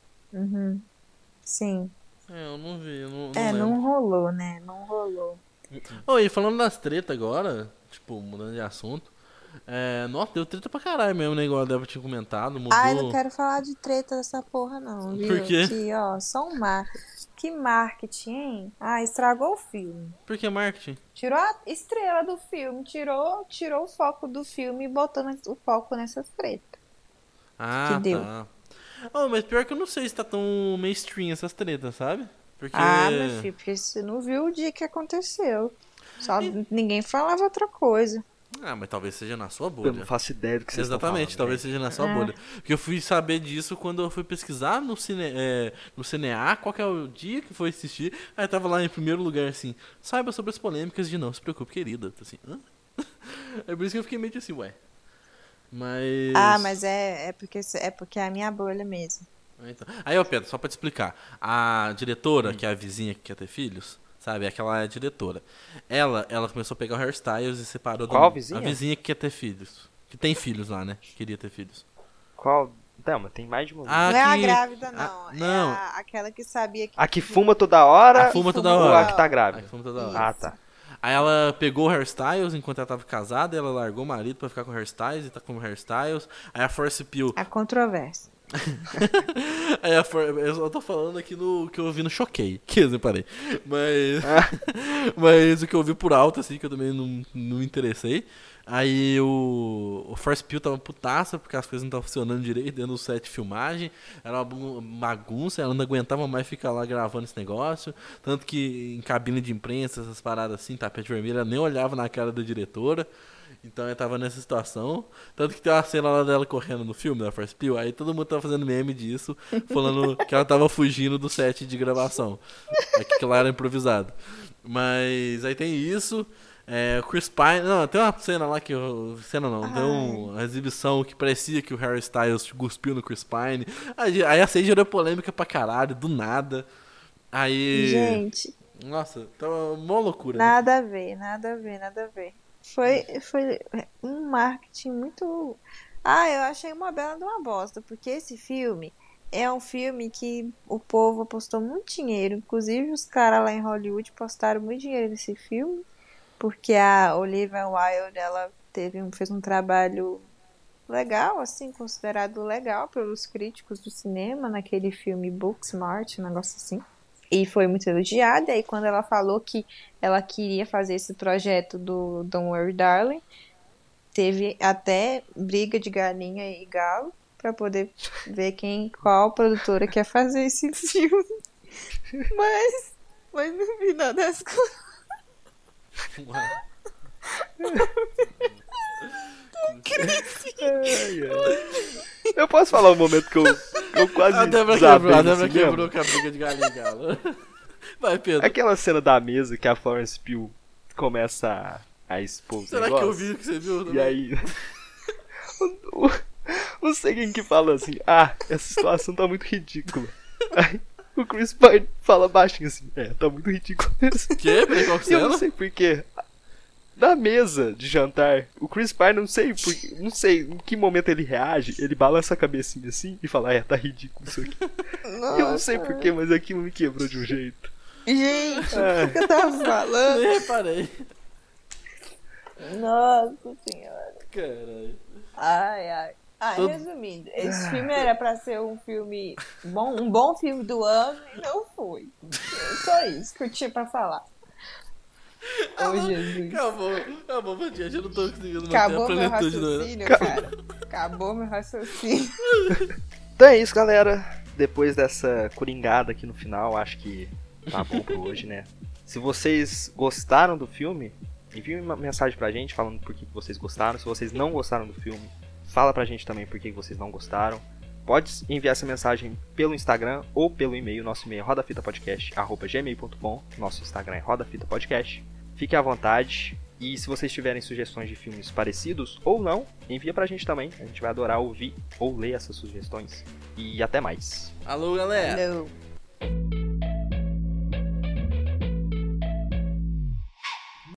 Sim. Eu não vi, não não rolou, né? Não rolou. E falando das tretas agora, tipo, mudando de assunto, nossa, deu treta pra caralho mesmo, né? Igual a Débora tinha comentado, mudou... Ai, não quero falar de treta dessa porra, não, viu? Por quê? Que, ó, só um marketing. Que marketing, hein? Ah, estragou o filme. Por que marketing? Tirou a estrela do filme, tirou o foco do filme e botou o foco nessas tretas. Ah, que tá. Mas pior que eu não sei se tá tão mainstream essas tretas, sabe? Porque... Ah, meu filho, porque você não viu o dia que aconteceu. Só ninguém falava outra coisa. Ah, mas talvez seja na sua bolha. Eu não faço ideia do que vocês Exatamente, estão falando, talvez seja na sua bolha. Porque eu fui saber disso quando eu fui pesquisar no CNA, qual que é o dia que foi assistir. Aí tava lá em primeiro lugar assim, saiba sobre as polêmicas de Não Se Preocupe, Querida. Assim, hã? É por isso que eu fiquei meio assim, ué. Mas... Ah, mas é porque é a minha bolha mesmo. Então. Aí, ó, Pedro, só pra te explicar. A diretora, que é a vizinha que quer ter filhos, sabe? Aquela é a diretora. Ela começou a pegar o hairstyles e separou... Qual vizinha? A vizinha que quer ter filhos. Que tem filhos lá, né? Que queria ter filhos. Qual? Não, mas tem mais de uma. Não é a grávida, não. Não. É aquela que sabia que... A que fuma toda hora? A fuma toda Ou hora. a que tá grávida? A que fuma toda hora. Isso. Ah, tá. Aí ela pegou o hairstyles enquanto ela tava casada, ela largou o marido pra ficar com o hairstyles e tá com o hairstyles. Aí a Force Pill... A controvérsia. Aí eu só tô falando aqui no que eu vi no Choquei, que eu separei. Mas o que eu vi por alto, assim, que eu também não me interessei. Aí o Force Pill tava putaça, porque as coisas não estavam funcionando direito dentro do set de filmagem. Era uma bagunça, ela não aguentava mais ficar lá gravando esse negócio. Tanto que em cabine de imprensa, essas paradas assim, tapete vermelho, ela nem olhava na cara da diretora. Então eu tava nessa situação. Tanto que tem uma cena lá dela correndo no filme, da Force Pill. Aí todo mundo tava fazendo meme disso, falando que ela tava fugindo do set de gravação. Que lá era improvisado. Mas aí tem isso. O Chris Pine... Não, tem uma cena lá que... Cena não, tem uma exibição que parecia que o Harry Styles cuspiu no Chris Pine. Aí a cena gerou polêmica pra caralho, do nada. Aí... Gente... Nossa, tá uma loucura. Nada a ver, nada a ver, nada a ver. Foi um marketing muito... eu achei uma bela de uma bosta, porque esse filme é um filme que o povo apostou muito dinheiro, inclusive os caras lá em Hollywood postaram muito dinheiro nesse filme, porque a Olivia Wilde, ela fez um trabalho legal, assim, considerado legal pelos críticos do cinema, naquele filme Booksmart, um negócio assim. E foi muito elogiada. E aí quando ela falou que ela queria fazer esse projeto do Don't Worry Darling, teve até briga de galinha e galo pra poder ver qual produtora quer fazer esse filme. Mas no final das contas... Eu posso falar um momento que eu quase A Débora quebrou com a briga de galinha e galo. Vai, Pedro. Aquela cena da mesa que a Florence Pugh começa a expor os Será negócios. que eu vi o que você viu? E aí... Não sei quem que fala assim, essa situação tá muito ridícula. Aí o Chris Pine fala baixinho assim, tá muito ridículo mesmo. Que? Peraí, qual que E eu cena? não sei porquê. Na mesa de jantar, o Chris Pine, não sei em que momento ele reage, ele balança a cabecinha assim e fala, tá ridículo isso aqui. Nossa. Eu não sei porquê, mas aquilo me quebrou de um jeito. Gente, o que eu tava falando? Nem reparei. Nossa senhora. Caralho. Ai. Resumindo, esse filme era pra ser um filme bom, um bom filme do ano e não foi. Só isso que eu tinha pra falar. Jesus. Acabou, Vandinha, eu não tô conseguindo manter Acabou a meu plenitude, raciocínio, cara. Acabou meu raciocínio. Então é isso, galera. Depois dessa coringada aqui no final, acho que tá bom por hoje, né? Se vocês gostaram do filme, enviem uma mensagem pra gente falando por que vocês gostaram. Se vocês não gostaram do filme, fala pra gente também por que vocês não gostaram. Pode enviar essa mensagem pelo Instagram ou pelo e-mail. Nosso e-mail é rodafitapodcast@gmail.com. Nosso Instagram é rodafitapodcast. Fiquem à vontade. E se vocês tiverem sugestões de filmes parecidos ou não, envia pra gente também. A gente vai adorar ouvir ou ler essas sugestões. E até mais. Alô, galera! Hello.